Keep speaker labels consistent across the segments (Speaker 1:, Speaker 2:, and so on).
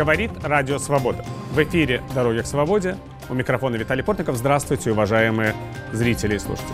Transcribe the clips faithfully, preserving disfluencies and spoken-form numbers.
Speaker 1: Говорит Радио Свобода. В эфире «Дороги к свободе». У микрофона Виталий Портников. Здравствуйте, уважаемые зрители и слушатели.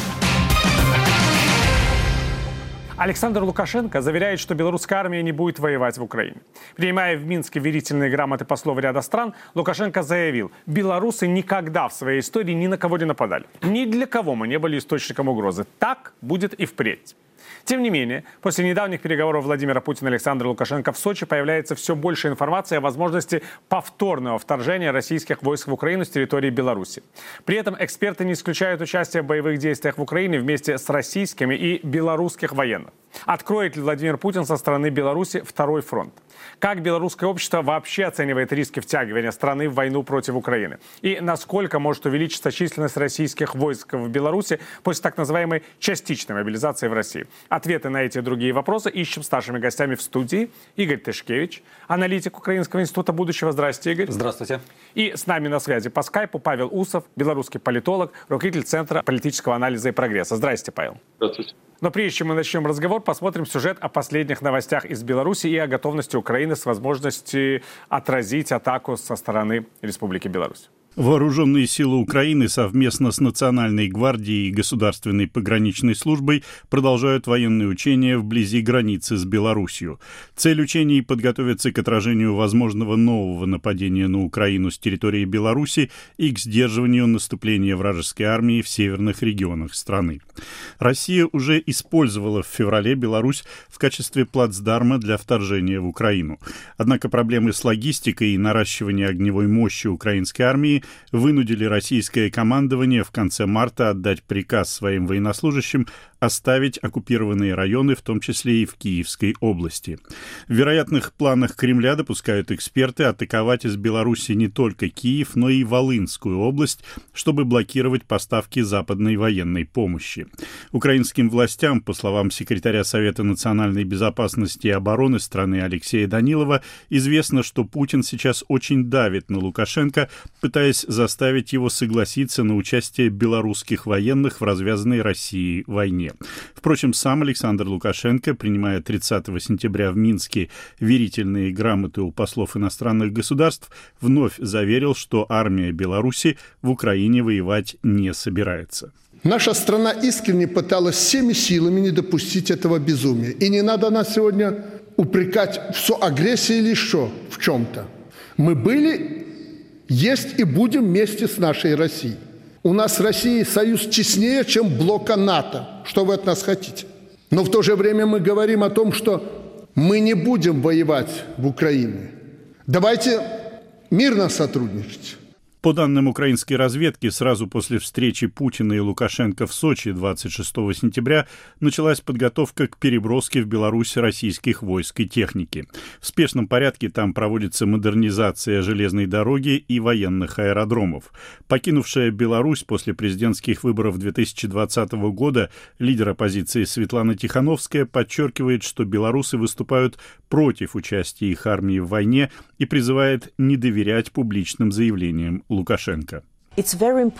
Speaker 1: Александр Лукашенко заверяет, что белорусская армия не будет воевать в Украине. Принимая в Минске верительные грамоты послов ряда стран, Лукашенко заявил: белорусы никогда в своей истории ни на кого не нападали. Ни для кого мы не были источником угрозы. Так будет и впредь. Тем не менее, после недавних переговоров Владимира Путина и Александра Лукашенко в Сочи появляется все больше информации о возможности повторного вторжения российских войск в Украину с территории Беларуси. При этом эксперты не исключают участие в боевых действиях в Украине вместе с российскими и белорусских военных. Откроет ли Владимир Путин со стороны Беларуси второй фронт? Как белорусское общество вообще оценивает риски втягивания страны в войну против Украины? И насколько может увеличиться численность российских войск в Беларуси после так называемой частичной мобилизации в России? Ответы на эти и другие вопросы ищем с нашими гостями в студии. Игорь Тышкевич, аналитик Украинского института будущего. Здравствуйте, Игорь.
Speaker 2: Здравствуйте.
Speaker 1: И с нами на связи по скайпу Павел Усов, белорусский политолог, руководитель Центра политического анализа и прогресса. Здравствуйте, Павел.
Speaker 3: Здравствуйте.
Speaker 1: Но прежде чем мы начнем разговор, посмотрим сюжет о последних новостях из Беларуси и о готовности Украины с возможностью отразить атаку со стороны Республики Беларусь.
Speaker 4: Вооруженные силы Украины совместно с Национальной гвардией и Государственной пограничной службой продолжают военные учения вблизи границы с Беларусью. Цель учений – подготовиться к отражению возможного нового нападения на Украину с территории Беларуси и к сдерживанию наступления вражеской армии в северных регионах страны. Россия уже использовала в феврале Беларусь в качестве плацдарма для вторжения в Украину. Однако проблемы с логистикой и наращиванием огневой мощи украинской армии вынудили российское командование в конце марта отдать приказ своим военнослужащим оставить оккупированные районы, в том числе и в Киевской области. В вероятных планах Кремля, допускают эксперты, атаковать из Беларуси не только Киев, но и Волынскую область, чтобы блокировать поставки западной военной помощи. Украинским властям, по словам секретаря Совета национальной безопасности и обороны страны Алексея Данилова, известно, что Путин сейчас очень давит на Лукашенко, пытаясь заставить его согласиться на участие белорусских военных в развязанной Россией войне. Впрочем, сам Александр Лукашенко, принимая тридцатого сентября в Минске верительные грамоты у послов иностранных государств, вновь заверил, что армия Беларуси в Украине воевать не собирается.
Speaker 5: Наша страна искренне пыталась всеми силами не допустить этого безумия. И не надо нас сегодня упрекать в соагрессии или еще в чем-то. Мы были, есть и будем вместе с нашей Россией. У нас с Россией союз честнее, чем блока НАТО. Что вы от нас хотите? Но в то же время мы говорим о том, что мы не будем воевать в Украине. Давайте мирно сотрудничать.
Speaker 4: По данным украинской разведки, сразу после встречи Путина и Лукашенко в Сочи двадцать шестого сентября началась подготовка к переброске в Беларусь российских войск и техники. В спешном порядке там проводится модернизация железной дороги и военных аэродромов. Покинувшая Беларусь после президентских выборов две тысячи двадцатого года лидер оппозиции Светлана Тихановская подчеркивает, что белорусы выступают против участия их армии в войне и призывает не доверять публичным заявлениям Лукашенко.
Speaker 6: Без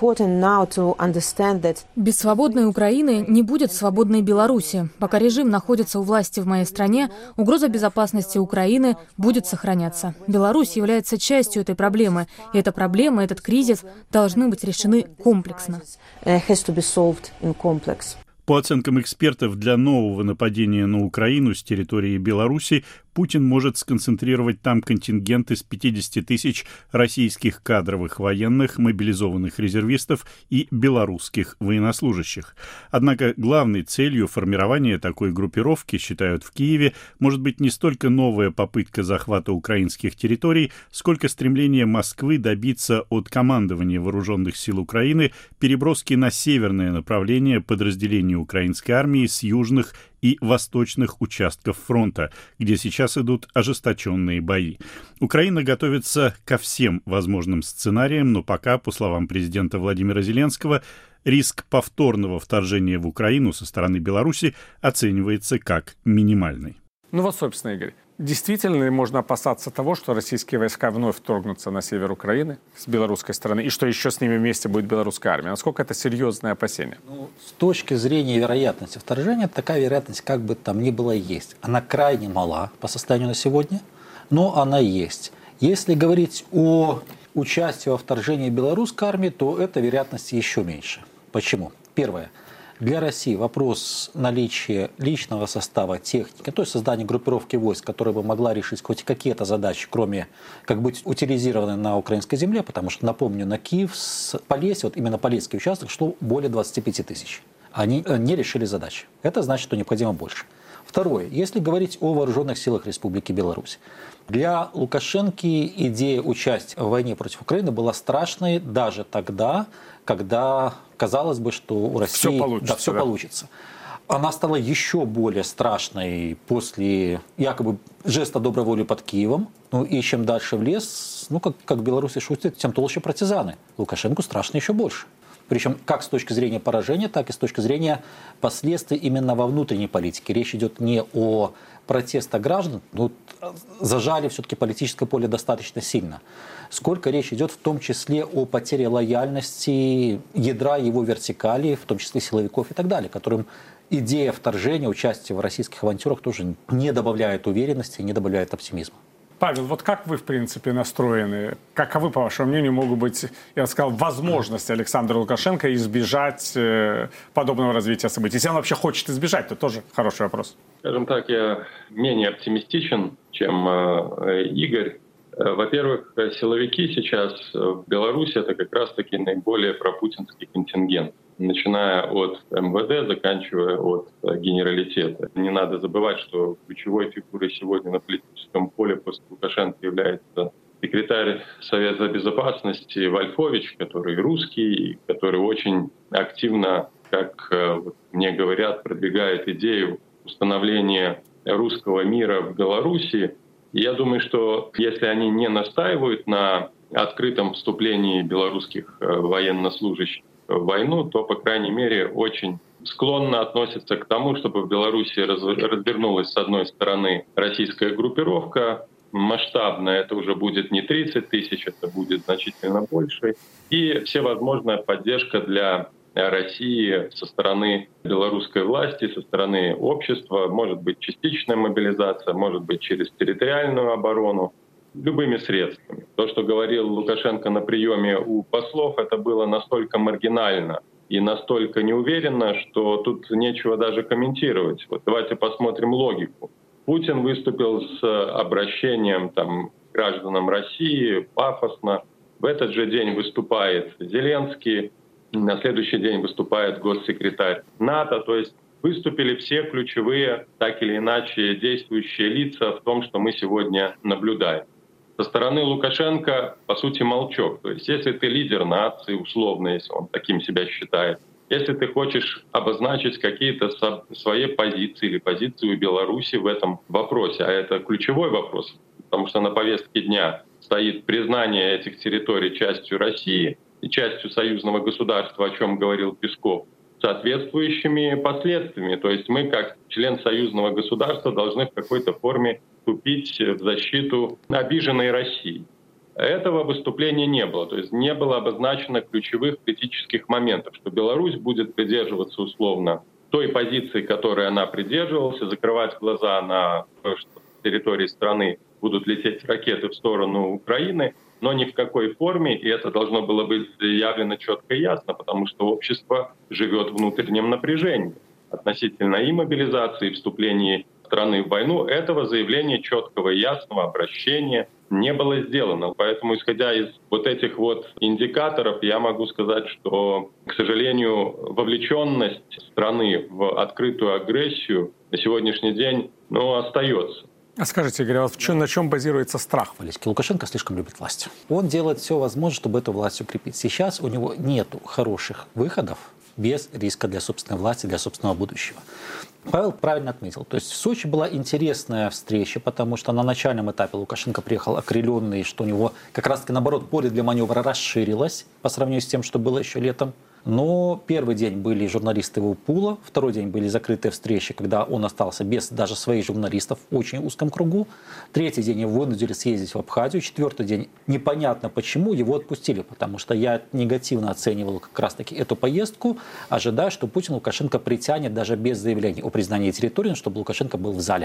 Speaker 6: свободной Украины не будет свободной Беларуси. Пока режим находится у власти в моей стране, угроза безопасности Украины будет сохраняться. Беларусь является частью этой проблемы, и эта проблема, этот кризис должны быть решены комплексно.
Speaker 4: По оценкам экспертов, для нового нападения на Украину с территории Беларуси Путин может сконцентрировать там контингент из пятидесяти тысяч российских кадровых военных, мобилизованных резервистов и белорусских военнослужащих. Однако главной целью формирования такой группировки, считают в Киеве, может быть не столько новая попытка захвата украинских территорий, сколько стремление Москвы добиться от командования вооруженных сил Украины переброски на северное направление подразделений украинской армии с южных и восточных участков фронта, где сейчас идут ожесточенные бои. Украина готовится ко всем возможным сценариям, но пока, по словам президента Владимира Зеленского, риск повторного вторжения в Украину со стороны Беларуси оценивается как минимальный.
Speaker 1: Ну вот, собственно, Игорь, действительно ли можно опасаться того, что российские войска вновь вторгнутся на север Украины с белорусской стороны, и что еще с ними вместе будет белорусская армия? Насколько это серьезное опасение?
Speaker 2: Ну, с точки зрения вероятности вторжения, такая вероятность как бы там ни было есть. Она крайне мала по состоянию на сегодня, но она есть. Если говорить о участии во вторжении белорусской армии, то эта вероятность еще меньше. Почему? Первое. Для России вопрос наличия личного состава, техники, то есть создания группировки войск, которая бы могла решить хоть какие-то задачи, кроме как быть утилизированной на украинской земле, потому что, напомню, на Киев с Полесья, вот именно Полесский участок, шло более двадцати пяти тысяч. Они не решили задачи. Это значит, что необходимо больше. Второе. Если говорить о вооруженных силах Республики Беларусь. Для Лукашенко идея участия в войне против Украины была страшной даже тогда, когда казалось бы, что у России
Speaker 1: все получится.
Speaker 2: Да, все
Speaker 1: да.
Speaker 2: получится. Она стала еще более страшной после якобы жеста доброй воли под Киевом. Ну и чем дальше в лес, ну как, как белорусы шутят, тем толще партизаны. Лукашенко страшно еще больше. Причем как с точки зрения поражения, так и с точки зрения последствий именно во внутренней политике. Речь идет не о протестах граждан, но зажали все-таки политическое поле достаточно сильно. Сколько речь идет в том числе о потере лояльности ядра его вертикали, в том числе силовиков и так далее, которым идея вторжения, участия в российских авантюрах тоже не добавляет уверенности, не добавляет оптимизма.
Speaker 1: Павел, вот как вы, в принципе, настроены? Каковы, по вашему мнению, могут быть, я бы сказал, возможности Александра Лукашенко избежать э, подобного развития событий? Если он вообще хочет избежать, то тоже хороший вопрос.
Speaker 3: Скажем так, я менее оптимистичен, чем э, Игорь. Во-первых, силовики сейчас в Беларуси — это как раз-таки наиболее пропутинский контингент, начиная от эм вэ дэ, заканчивая от генералитета. Не надо забывать, что ключевой фигурой сегодня на политическом поле после Лукашенко является секретарь Совета Безопасности Вольфович, который русский, который очень активно, как вот мне говорят, продвигает идею установления русского мира в Беларуси. И я думаю, что если они не настаивают на открытом вступлении белорусских военнослужащих в войну, то, по крайней мере, очень склонно относятся к тому, чтобы в Беларуси развернулась, с одной стороны, российская группировка, масштабная, это уже будет не тридцать тысяч, это будет значительно больше, и всевозможная поддержка для России со стороны белорусской власти, со стороны общества, может быть частичная мобилизация, может быть через территориальную оборону, любыми средствами. То, что говорил Лукашенко на приеме у послов, это было настолько маргинально и настолько неуверенно, что тут нечего даже комментировать. Вот давайте посмотрим логику. Путин выступил с обращением там, к гражданам России пафосно. В этот же день выступает Зеленский. На следующий день выступает госсекретарь НАТО. То есть выступили все ключевые, так или иначе, действующие лица в том, что мы сегодня наблюдаем. Со стороны Лукашенко, по сути, молчок. То есть если ты лидер нации, условно, если он таким себя считает, если ты хочешь обозначить какие-то свои позиции или позицию Беларуси в этом вопросе, а это ключевой вопрос, потому что на повестке дня стоит признание этих территорий частью России и частью союзного государства, о чем говорил Песков, соответствующими последствиями. То есть мы, как член союзного государства, должны в какой-то форме вступить в защиту обиженной России. Этого выступления не было. То есть не было обозначено ключевых критических моментов, что Беларусь будет придерживаться условно той позиции, которой она придерживалась, закрывать глаза на то, что с территории страны будут лететь ракеты в сторону Украины, но ни в какой форме, и это должно было быть явлено четко и ясно, потому что общество живет в внутреннем напряжении относительно и мобилизации, и вступления страны в войну. Этого заявления четкого и ясного обращения не было сделано. Поэтому, исходя из вот этих вот индикаторов, я могу сказать, что, к сожалению, вовлеченность страны в открытую агрессию на сегодняшний день, ну, остается.
Speaker 1: А скажите, Игорь, а вот в чем, на чем базируется страх?
Speaker 2: Лукашенко слишком любит власть. Он делает все возможное, чтобы эту власть укрепить. Сейчас у него нет хороших выходов без риска для собственной власти, для собственного будущего. Павел правильно отметил. То есть в Сочи была интересная встреча, потому что на начальном этапе Лукашенко приехал окрыленный, что у него как раз-таки наоборот поле для маневра расширилось по сравнению с тем, что было еще летом. Но первый день были журналисты его пула, второй день были закрытые встречи, когда он остался без даже своих журналистов в очень узком кругу. Третий день его вынудили съездить в Абхазию. Четвертый день непонятно почему его отпустили, потому что я негативно оценивал как раз-таки эту поездку, ожидая, что Путин Лукашенко притянет даже без заявления о признании территории, чтобы Лукашенко был в зале.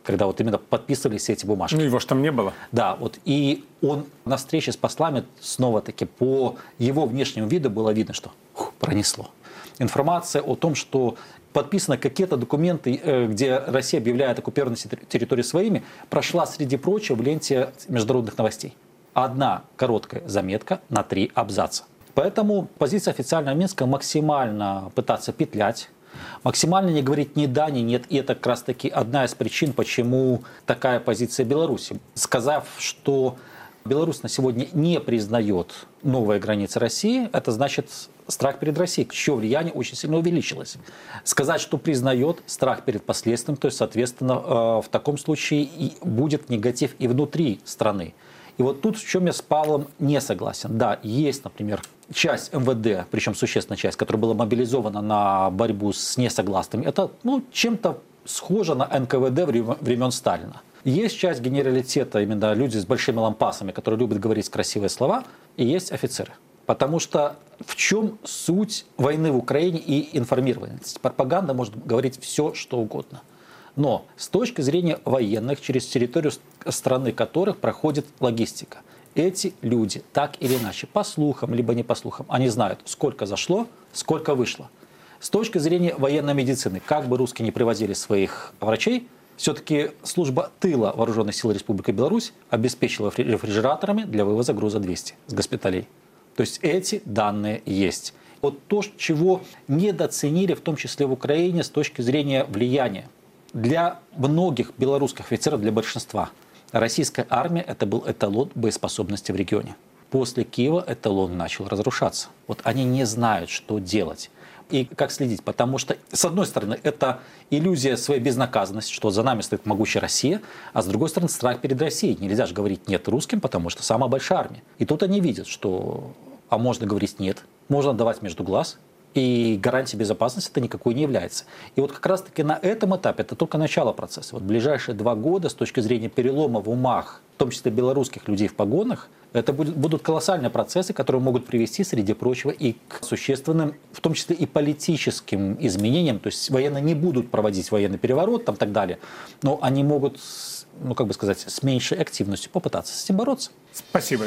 Speaker 2: когда вот именно подписывались эти бумажки.
Speaker 1: Ну его ж там не было.
Speaker 2: Да, вот и он на встрече с послами снова-таки по его внешнему виду было видно, что фух, пронесло. Информация о том, что подписаны какие-то документы, где Россия объявляет оккупированные территории своими, прошла, среди прочего, в ленте международных новостей. Одна короткая заметка на три абзаца. Поэтому позиция официального Минска максимально пытаться петлять, максимально не говорить ни да, ни нет. И это как раз таки одна из причин, почему такая позиция Беларуси. Сказав, что Беларусь на сегодня не признает новые границы России, это значит страх перед Россией, чье влияние очень сильно увеличилось. Сказать, что признает, страх перед последствием, то есть, соответственно, в таком случае и будет негатив и внутри страны. И вот тут в чем я с Павлом не согласен. Да, есть, например, часть эм вэ дэ, причем существенная часть, которая была мобилизована на борьбу с несогласными. Это ну, чем-то схоже на эн ка вэ дэ времен Сталина. Есть часть генералитета, именно люди с большими лампасами, которые любят говорить красивые слова, и есть офицеры. Потому что в чем суть войны в Украине и информированность? Пропаганда может говорить все, что угодно. Но с точки зрения военных, через территорию страны которых проходит логистика, эти люди так или иначе, по слухам, либо не по слухам, они знают, сколько зашло, сколько вышло. С точки зрения военной медицины, как бы русские не привозили своих врачей, все-таки служба тыла Вооруженных сил Республики Беларусь обеспечила рефрижераторами для вывоза груза двести с госпиталей. То есть эти данные есть. Вот то, чего недооценили, в том числе в Украине, с точки зрения влияния. Для многих белорусских офицеров, для большинства, российская армия – это был эталон боеспособности в регионе. После Киева эталон начал разрушаться. Вот они не знают, что делать и как следить. Потому что, с одной стороны, это иллюзия своей безнаказанности, что за нами стоит могучая Россия, а с другой стороны, страх перед Россией. Нельзя же говорить «нет» русским, потому что самая большая армия. И тут они видят, что а можно говорить «нет», можно давать между глаз, и гарантией безопасности это никакой не является. И вот как раз-таки на этом этапе это только начало процесса. Вот ближайшие два года с точки зрения перелома в умах, в том числе белорусских людей в погонах, это будет, будут колоссальные процессы, которые могут привести, среди прочего, и к существенным, в том числе и политическим изменениям. То есть военные не будут проводить военный переворот и так далее, но они могут, ну как бы сказать, с меньшей активностью попытаться с этим бороться.
Speaker 1: Спасибо.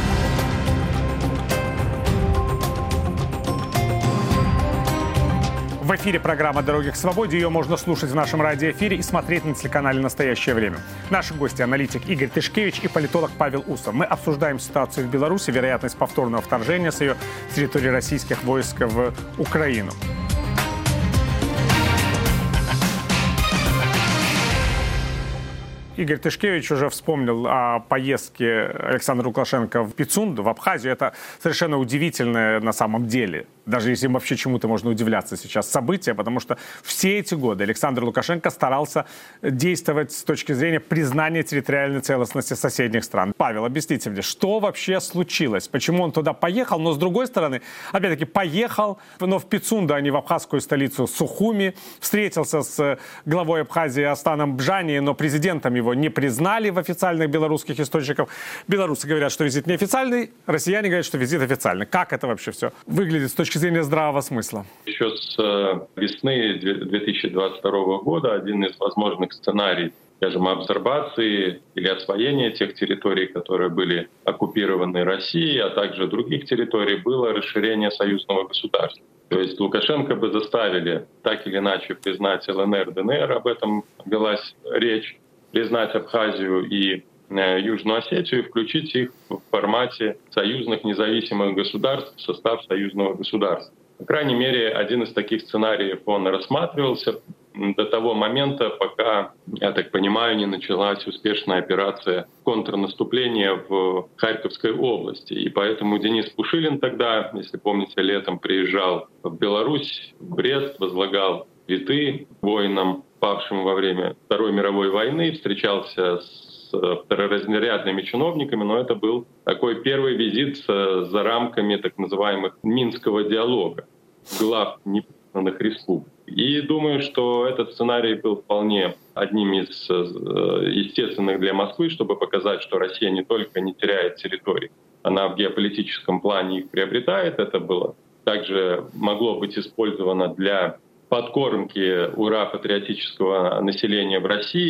Speaker 1: В эфире программа «Дороги к свободе». Ее можно слушать в нашем радиоэфире и смотреть на телеканале «Настоящее время». Наши гости – аналитик Игорь Тышкевич и политолог Павел Усов. Мы обсуждаем ситуацию в Беларуси, вероятность повторного вторжения с ее территории российских войск в Украину. Игорь Тышкевич уже вспомнил о поездке Александра Лукашенко в Пицунду, в Абхазию. Это совершенно удивительное на самом деле, даже если вообще чему-то можно удивляться сейчас, событие, потому что все эти годы Александр Лукашенко старался действовать с точки зрения признания территориальной целостности соседних стран. Павел, объясните мне, что вообще случилось? Почему он туда поехал? Но с другой стороны, опять-таки, поехал, но в Пицунду, а не в абхазскую столицу Сухуми, встретился с главой Абхазии Астаном Бжани, но президентом его не признали в официальных белорусских источниках. Белорусы говорят, что визит неофициальный, россияне говорят, что визит официальный. Как это вообще все выглядит с точки зрения здравого смысла?
Speaker 3: Еще с весны две тысячи двадцать второго года один из возможных сценариев, скажем, абсорбации или освоения тех территорий, которые были оккупированы Россией, а также других территорий, было расширение союзного государства. То есть Лукашенко бы заставили так или иначе признать эл эн эр, дэ эн эр, об этом велась речь, признать Абхазию и э, Южную Осетию и включить их в формате союзных независимых государств в состав союзного государства. По крайней мере, один из таких сценариев он рассматривался до того момента, пока, я так понимаю, не началась успешная операция контрнаступления в Харьковской области. И поэтому Денис Пушилин тогда, если помните, летом приезжал в Беларусь, в Брест, возлагал цветы воинам, павшим во время Второй мировой войны, встречался с второразрядными чиновниками, но это был такой первый визит за рамками так называемых Минского диалога, глав непризнанных республик. И думаю, что этот сценарий был вполне одним из естественных для Москвы, чтобы показать, что Россия не только не теряет территорий, она в геополитическом плане их приобретает. Это было также могло быть использовано для подкормки ура патриотического населения в России,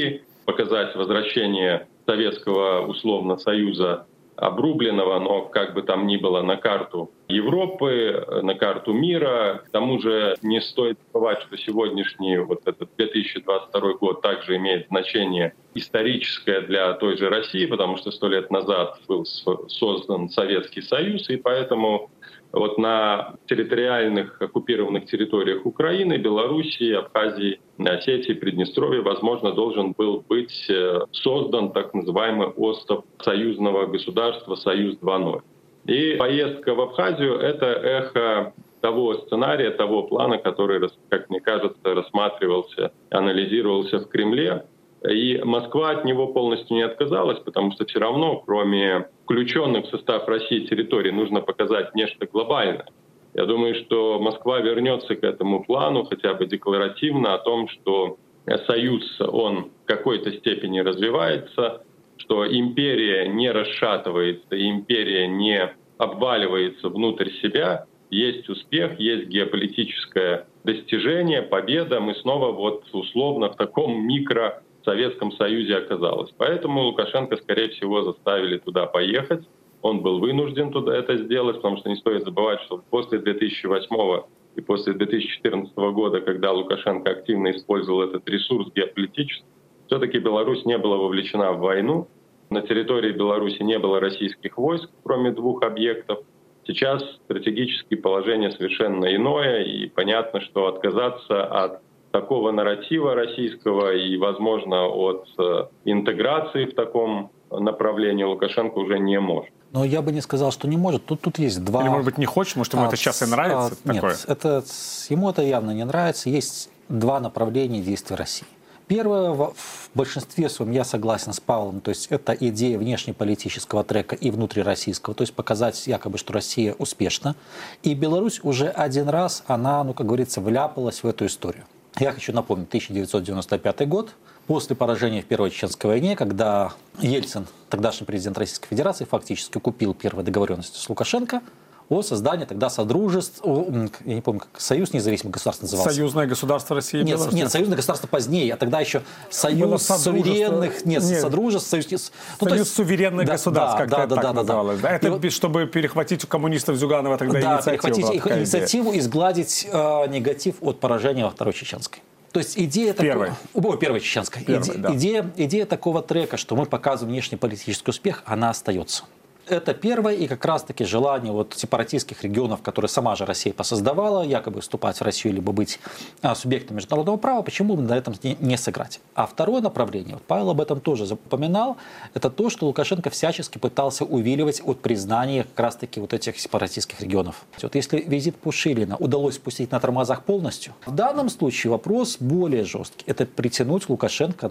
Speaker 3: показать возвращение Советского условно Союза обрубленного, но как бы там ни было, на карту Европы, на карту мира. К тому же не стоит забывать, что сегодняшний вот этот две тысячи двадцать второй год также имеет значение историческое для той же России, потому что сто лет назад был создан Советский Союз, и поэтому вот на территориальных оккупированных территориях Украины, Белоруссии, Абхазии, Осетии, Приднестровья, возможно, должен был быть создан так называемый остов союзного государства «Союз два ноль». И поездка в Абхазию — это эхо того сценария, того плана, который, как мне кажется, рассматривался, анализировался в Кремле. И Москва от него полностью не отказалась, потому что все равно, кроме включенных в состав России территорий, нужно показать нечто глобальное. Я думаю, что Москва вернется к этому плану хотя бы декларативно о том, что союз, он в какой-то степени развивается, что империя не расшатывается, империя не обваливается внутрь себя, есть успех, есть геополитическое достижение, победа. Мы снова вот условно в таком микро Советском Союзе оказалось. Поэтому Лукашенко, скорее всего, заставили туда поехать. Он был вынужден туда это сделать, потому что не стоит забывать, что после две тысячи восьмого и после две тысячи четырнадцатого года, когда Лукашенко активно использовал этот ресурс геополитический, все-таки Беларусь не была вовлечена в войну. На территории Беларуси не было российских войск, кроме двух объектов. Сейчас стратегическое положение совершенно иное, и понятно, что отказаться от такого нарратива российского и, возможно, от интеграции в таком направлении Лукашенко уже не может.
Speaker 2: Но я бы не сказал, что не может. Тут, тут есть два...
Speaker 1: Или, может быть, не хочет, может, ему а, это сейчас и нравится?
Speaker 2: А,
Speaker 1: такое?
Speaker 2: Нет, это, ему это явно не нравится. Есть два направления действий России. Первое, в большинстве своем я согласен с Павлом, то есть это идея внешнеполитического трека и внутрироссийского, то есть показать якобы, что Россия успешна. И Беларусь уже один раз, она, ну, как говорится, вляпалась в эту историю. Я хочу напомнить, тысяча девятьсот девяносто пятый год, после поражения в Первой Чеченской войне, когда Ельцин, тогдашний президент Российской Федерации, фактически купил первые договоренности с Лукашенко о создании тогда содружеств, о, я не помню, как Союз независимых государств назывался.
Speaker 1: Союзное государство России и
Speaker 2: нет,
Speaker 1: Беларуси?
Speaker 2: Нет, Союзное государство позднее, а тогда еще Союз суверенных, нет,
Speaker 1: нет.
Speaker 2: Содружеств, Союз... Ну,
Speaker 1: Союз
Speaker 2: есть,
Speaker 1: суверенных
Speaker 2: да,
Speaker 1: государств,
Speaker 2: да,
Speaker 1: как-то
Speaker 2: да,
Speaker 1: это
Speaker 2: да,
Speaker 1: так
Speaker 2: да,
Speaker 1: называлось. Да. Это и, чтобы перехватить у коммунистов Зюганова тогда
Speaker 2: да,
Speaker 1: инициативу.
Speaker 2: перехватить их инициативу и сгладить э, негатив от поражения во Второй Чеченской. То есть идея
Speaker 1: Первой.
Speaker 2: такого... О, первой чеченской.
Speaker 1: Первой,
Speaker 2: Иде...
Speaker 1: да.
Speaker 2: идея, идея такого трека, что мы показываем внешнеполитический успех, она остается. Это первое, и как раз-таки желание вот сепаратистских регионов, которые сама же Россия посоздавала, якобы вступать в Россию, либо быть а, субъектом международного права, почему бы на этом не, не сыграть? А второе направление, вот Павел об этом тоже упоминал, это то, что Лукашенко всячески пытался увиливать от признания как раз-таки вот этих сепаратистских регионов. Вот если визит Пушилина удалось спустить на тормозах полностью, в данном случае вопрос более жесткий. Это притянуть Лукашенко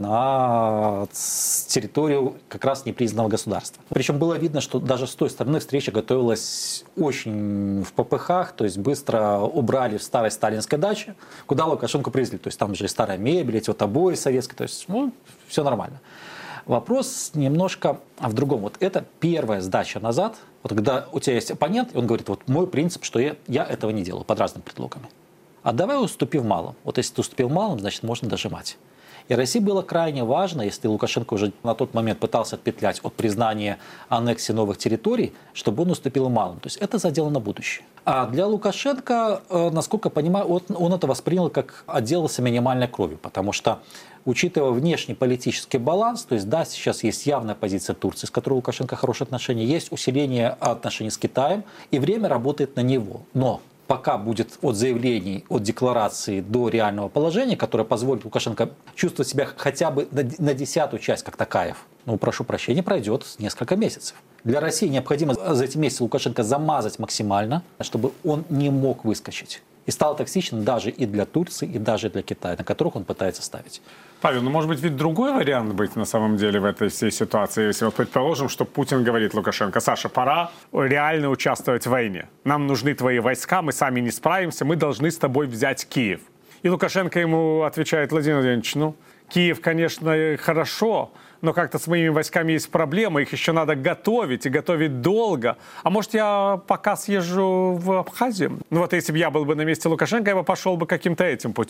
Speaker 2: на территорию как раз непризнанного государства. Причем было видно, что даже с той стороны встреча готовилась очень в попыхах, то есть быстро убрали в старой сталинской даче, куда Лукашенко привезли. То есть там же и старая мебель, эти вот обои советские, то есть ну, все нормально. Вопрос немножко в другом. Вот это первая сдача назад, вот когда у тебя есть оппонент, и он говорит, вот мой принцип, что я, я этого не делаю под разными предлогами. А давай уступи в малом. Вот если ты уступил в малом, значит можно дожимать. И России было крайне важно, если Лукашенко уже на тот момент пытался отпетлять от признания аннексии новых территорий, чтобы он уступил малым. То есть это задел на будущее. А для Лукашенко, насколько я понимаю, он это воспринял как отделался минимальной кровью, потому что, учитывая внешнеполитический баланс, то есть да, сейчас есть явная позиция Турции, с которой у Лукашенко хорошие отношения, есть усиление отношений с Китаем, и время работает на него. Но пока будет от заявлений, от декларации до реального положения, которое позволит Лукашенко чувствовать себя хотя бы на десятую часть как Токаев, ну, прошу прощения, пройдет несколько месяцев. Для России необходимо за эти месяцы Лукашенко замазать максимально, чтобы он не мог выскочить. И стал токсичным даже и для Турции, и даже для Китая, на которых он пытается ставить.
Speaker 1: Павел, ну может быть ведь другой вариант быть на самом деле в этой всей ситуации, если вот предположим, что Путин говорит Лукашенко: Саша, пора реально участвовать в войне. Нам нужны твои войска, мы сами не справимся, мы должны с тобой взять Киев. И Лукашенко ему отвечает: Владимир Владимирович, ну, Киев, конечно, хорошо, но как-то с моими войсками есть проблема, их еще надо готовить, и готовить долго. А может, я пока съезжу в Абхазию? Ну вот если бы я был бы на месте Лукашенко, я бы пошел бы каким-то этим путем.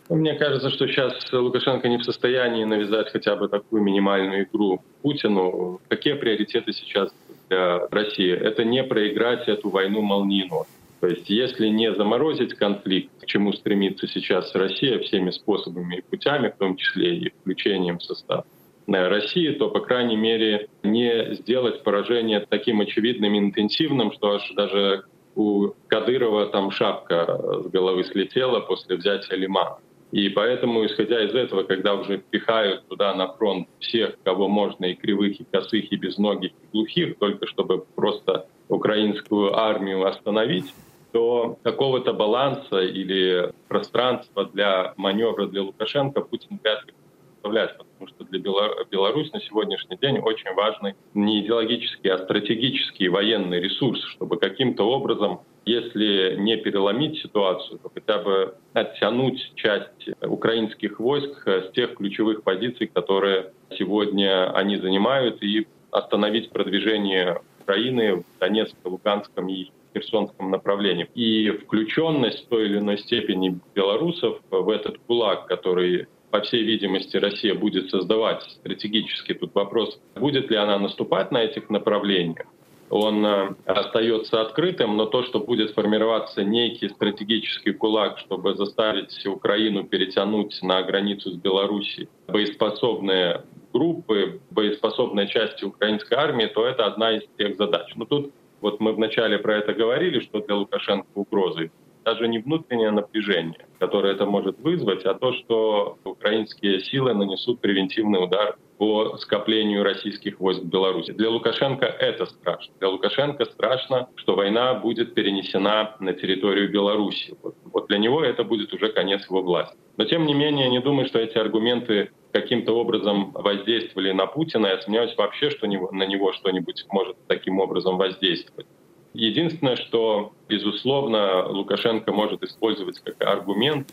Speaker 3: Мне кажется, что сейчас Лукашенко не в состоянии навязать хотя бы такую минимальную игру Путину. Какие приоритеты сейчас для России? Это не проиграть эту войну молниеносно. То есть если не заморозить конфликт, к чему стремится сейчас Россия всеми способами и путями, в том числе и включением в состав России, то, по крайней мере, не сделать поражение таким очевидным и интенсивным, что аж даже у Кадырова там шапка с головы слетела после взятия Лимана. И поэтому, исходя из этого, когда уже пихают туда на фронт всех, кого можно, и кривых, и косых, и безногих, и глухих, только чтобы просто украинскую армию остановить, то какого-то баланса или пространства для маневра для Лукашенко Путин вряд ли представляет, потому что для Беларуси на сегодняшний день очень важный не идеологический, а стратегический военный ресурс, чтобы каким-то образом, если не переломить ситуацию, то хотя бы оттянуть часть украинских войск с тех ключевых позиций, которые сегодня они занимают, и остановить продвижение Украины в Донецком, Луганском и Херсонском направлении. И включенность в той или иной степени белорусов в этот кулак, который, по всей видимости, Россия будет создавать стратегически, тут вопрос, будет ли она наступать на этих направлениях, он остается открытым, но то, что будет формироваться некий стратегический кулак, чтобы заставить Украину перетянуть на границу с Белоруссией боеспособные группы, боеспособные части украинской армии, то это одна из тех задач. Но тут вот мы вначале про это говорили, что для Лукашенко угрозы даже не внутреннее напряжение, которое это может вызвать, а то, что украинские силы нанесут превентивный удар по скоплению российских войск в Беларуси. Для Лукашенко это страшно. Для Лукашенко страшно, что война будет перенесена на территорию Беларуси. Вот, вот для него это будет уже конец его власти. Но тем не менее, не думаю, что эти аргументы каким-то образом воздействовали на Путина. Я сомневаюсь вообще, что на него что-нибудь может таким образом воздействовать. Единственное, что, безусловно, Лукашенко может использовать как аргумент,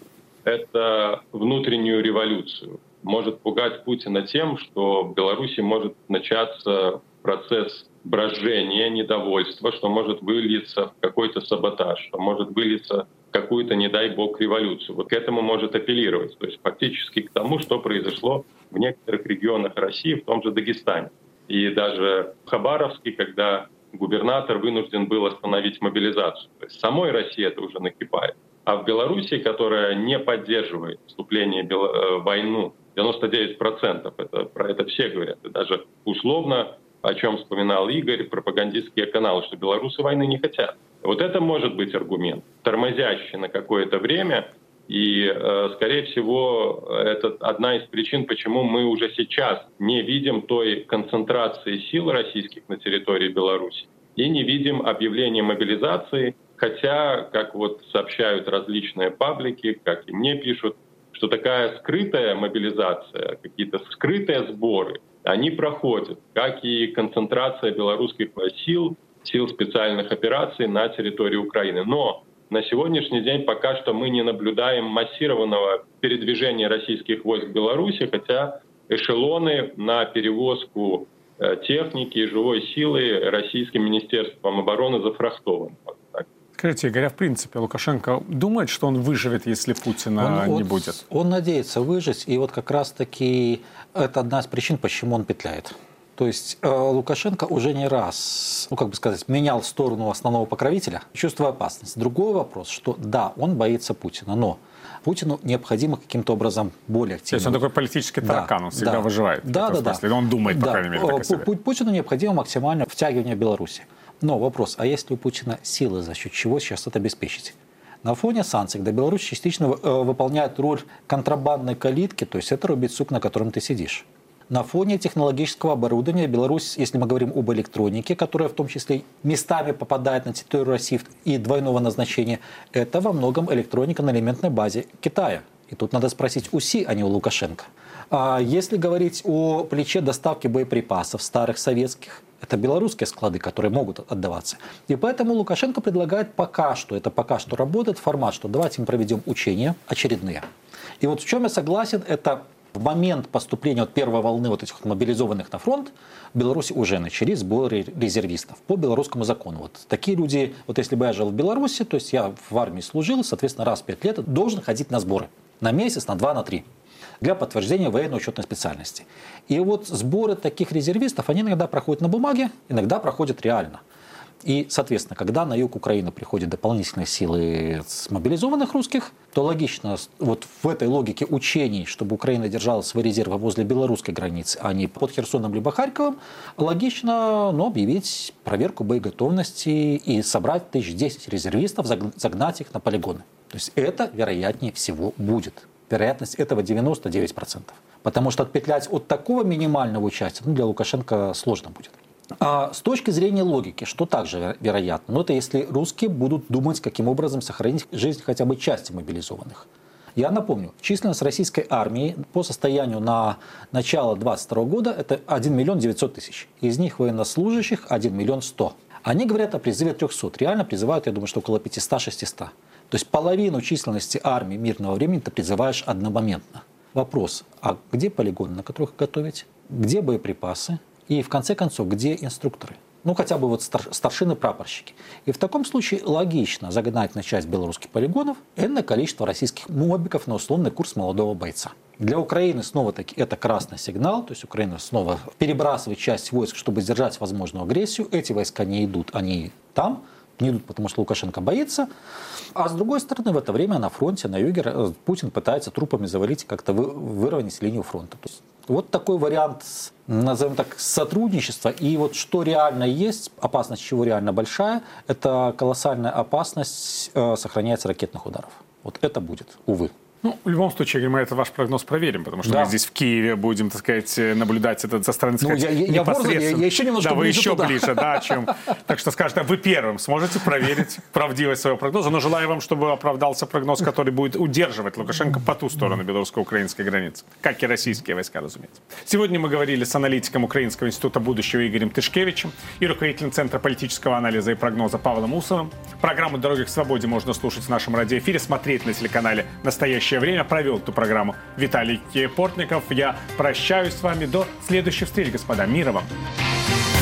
Speaker 3: это внутреннюю революцию. Может пугать Путина тем, что в Беларуси может начаться процесс брожения, недовольства, что может вылиться в какой-то саботаж, что может вылиться в какую-то, не дай бог, революцию. Вот к этому может апеллировать. То есть фактически к тому, что произошло в некоторых регионах России, в том же Дагестане. И даже в Хабаровске, когда губернатор вынужден был остановить мобилизацию. То есть в самой России это уже накипает. А в Беларуси, которая не поддерживает вступление в войну, девяносто девять процентов, это, про это все говорят, и даже условно, о чем вспоминал Игорь, пропагандистские каналы, что белорусы войны не хотят. Вот это может быть аргумент, тормозящий на какое-то время, и, э, скорее всего, это одна из причин, почему мы уже сейчас не видим той концентрации сил российских на территории Беларуси и не видим объявления мобилизации, хотя, как вот сообщают различные паблики, как и мне пишут, что такая скрытая мобилизация, какие-то скрытые сборы, они проходят, как и концентрация белорусских сил, сил специальных операций на территории Украины. Но на сегодняшний день пока что мы не наблюдаем массированного передвижения российских войск в Беларуси, хотя эшелоны на перевозку техники и живой силы российским министерством обороны зафрахтованы.
Speaker 1: Скажите, Игорь, а в принципе Лукашенко думает, что он выживет, если Путина
Speaker 2: он,
Speaker 1: не
Speaker 2: он,
Speaker 1: будет?
Speaker 2: Он надеется выжить, и вот как раз-таки это одна из причин, почему он петляет. То есть э, Лукашенко уже не раз, ну как бы сказать, менял сторону основного покровителя, чувствуя опасность. Другой вопрос, что да, он боится Путина, но Путину необходимо каким-то образом более активно.
Speaker 1: То есть он такой политический таракан, да, он всегда
Speaker 2: да,
Speaker 1: выживает.
Speaker 2: Да, да,
Speaker 1: смысле.
Speaker 2: да.
Speaker 1: Он думает,
Speaker 2: да.
Speaker 1: по крайней мере, так о себе.
Speaker 2: Путину необходимо максимальное втягивание Беларуси. Но вопрос, а есть ли у Путина силы, за счет чего сейчас это обеспечить? На фоне санкций, когда Беларусь частично выполняет роль контрабандной калитки, то есть это рубить сук, на котором ты сидишь. На фоне технологического оборудования Беларусь, если мы говорим об электронике, которая в том числе местами попадает на территорию России и двойного назначения, это во многом электроника на элементной базе Китая. И тут надо спросить у Си, а не у Лукашенко. А если говорить о плече доставки боеприпасов старых советских, это белорусские склады, которые могут отдаваться. И поэтому Лукашенко предлагает пока что, это пока что работает, формат, что давайте мы проведем учения очередные. И вот в чем я согласен, это в момент поступления вот первой волны вот этих вот мобилизованных на фронт в Беларуси уже начались сборы резервистов по белорусскому закону. Вот такие люди, вот если бы я жил в Беларуси, то есть я в армии служил, соответственно, раз в пять лет должен ходить на сборы. На месяц, на два, на три. Для подтверждения военно-учетной специальности. И вот сборы таких резервистов, они иногда проходят на бумаге, иногда проходят реально. И, соответственно, когда на юг Украины приходят дополнительные силы с мобилизованных русских, то логично вот в этой логике учений, чтобы Украина держала свои резервы возле белорусской границы, а не под Херсоном либо Харьковом, логично ну, объявить проверку боеготовности и собрать тысяч десять резервистов, загнать их на полигоны. То есть это, вероятнее всего, будет. Вероятность этого девяносто девять процентов. Потому что отпетлять от такого минимального участия ну, для Лукашенко сложно будет. А с точки зрения логики, что также вероятно? Ну, это если русские будут думать, каким образом сохранить жизнь хотя бы части мобилизованных. Я напомню, численность российской армии по состоянию на начало двадцать второго года это один миллион девятьсот тысяч. Из них военнослужащих один миллион сто. Они говорят о призыве трехсот. Реально призывают, я думаю, что около пятьсот-шестьсот. То есть половину численности армии мирного времени ты призываешь одномоментно. Вопрос, а где полигоны, на которых готовить? Где боеприпасы? И в конце концов, где инструкторы? Ну, хотя бы вот стар- старшины-прапорщики. И в таком случае логично загнать на часть белорусских полигонов энное количество российских мобиков на условный курс молодого бойца. Для Украины снова-таки это красный сигнал, то есть Украина снова перебрасывает часть войск, чтобы сдержать возможную агрессию. Эти войска не идут, они там. Не идут, потому что Лукашенко боится. А с другой стороны, в это время на фронте, на юге, Путин пытается трупами завалить, как-то вы, выровнять линию фронта. То есть, вот такой вариант, назовем так, сотрудничества. И вот что реально есть, опасность чего реально большая, это колоссальная опасность э, сохраняется ракетных ударов. Вот это будет, увы.
Speaker 1: Ну, в любом случае, мы этот ваш прогноз проверим, потому что
Speaker 2: да.
Speaker 1: мы здесь в Киеве будем, так сказать, наблюдать это со стороны, так сказать,
Speaker 2: ну, я, я,
Speaker 1: непосредственно.
Speaker 2: Я, я еще немножко
Speaker 1: да, вы
Speaker 2: ближе
Speaker 1: еще
Speaker 2: туда.
Speaker 1: ближе, да, чем... Так что скажете, вы первым сможете проверить правдивость своего прогноза, но желаю вам, чтобы оправдался прогноз, который будет удерживать Лукашенко по ту сторону белорусско-украинской границы, как и российские войска, разумеется. Сегодня мы говорили с аналитиком Украинского института будущего Игорем Тышкевичем и руководителем Центра политического анализа и прогноза Павлом Усовым. Программу «Дороги к свободе» можно слушать в нашем радиоэфире, смотреть на телеканале «Настоящее время». Провел эту программу Виталий Портников. Я прощаюсь с вами до следующих встреч, господа. Мира вам!